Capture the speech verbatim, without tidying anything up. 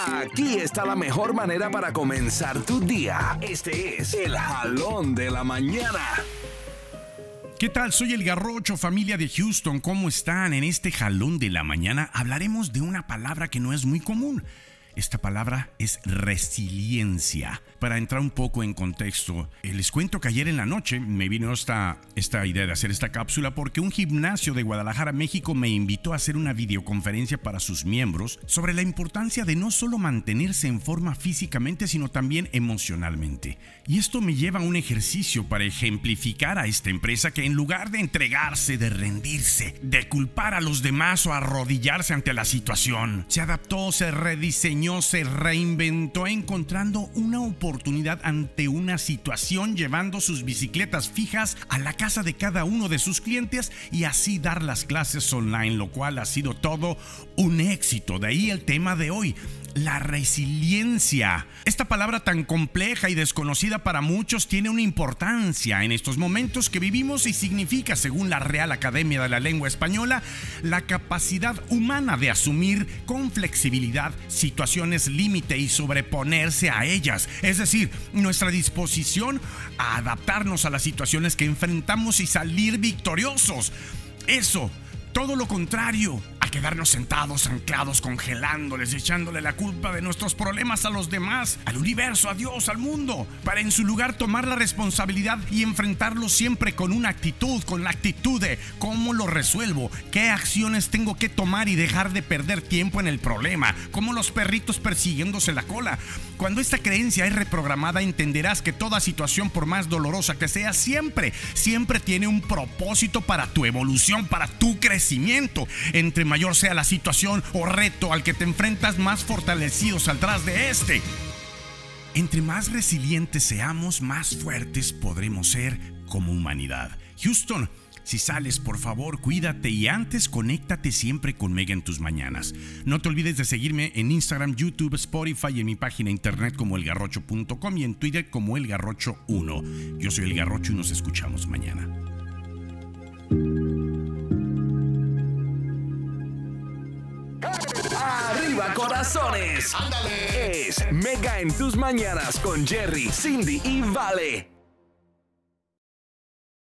Aquí está la mejor manera para comenzar tu día. Este es el Jalón de la Mañana. ¿Qué tal? Soy el Garrocho, familia de Houston. ¿Cómo están? En este Jalón de la Mañana hablaremos de una palabra que no es muy común. Esta palabra es resiliencia. Para entrar un poco en contexto, les cuento que ayer en la noche me vino esta, esta idea de hacer esta cápsula porque un gimnasio de Guadalajara, México, me invitó a hacer una videoconferencia para sus miembros sobre la importancia de no solo mantenerse en forma físicamente, sino también emocionalmente. Y esto me lleva a un ejercicio para ejemplificar a esta empresa que, en lugar de entregarse, de rendirse, de culpar a los demás o arrodillarse ante la situación, se adaptó, se rediseñó, se reinventó, encontrando una oportunidad ante una situación, llevando sus bicicletas fijas a la casa de cada uno de sus clientes y así dar las clases online, lo cual ha sido todo un éxito. De ahí el tema de hoy: la resiliencia. Esta palabra tan compleja y desconocida para muchos tiene una importancia en estos momentos que vivimos y significa, según la Real Academia de la Lengua Española, la capacidad humana de asumir con flexibilidad situaciones límite y sobreponerse a ellas. Es decir, nuestra disposición a adaptarnos a las situaciones que enfrentamos y salir victoriosos. Eso, todo lo contrario a quedarnos sentados, anclados, congelándoles, echándole la culpa de nuestros problemas a los demás, al universo, a Dios, al mundo, para en su lugar tomar la responsabilidad y enfrentarlo siempre con una actitud, con la actitud de cómo lo resuelvo, qué acciones tengo que tomar y dejar de perder tiempo en el problema, como los perritos persiguiéndose la cola. Cuando esta creencia es reprogramada, entenderás que toda situación, por más dolorosa que sea, siempre, siempre tiene un propósito para tu evolución, para tu crecimiento. Entre mayor sea la situación o reto al que te enfrentas, más fortalecido saldrás de este. Entre más resilientes seamos, más fuertes podremos ser como humanidad. Houston, si sales, por favor, cuídate y antes conéctate siempre con Mega en tus mañanas. No te olvides de seguirme en Instagram, YouTube, Spotify y en mi página internet como el garrocho punto com y en Twitter como el garrocho uno. Yo soy el Garrocho y nos escuchamos mañana. ¡Arriba, corazones! ¡Ándale! Es Mega en tus mañanas con Jerry, Cindy y Vale.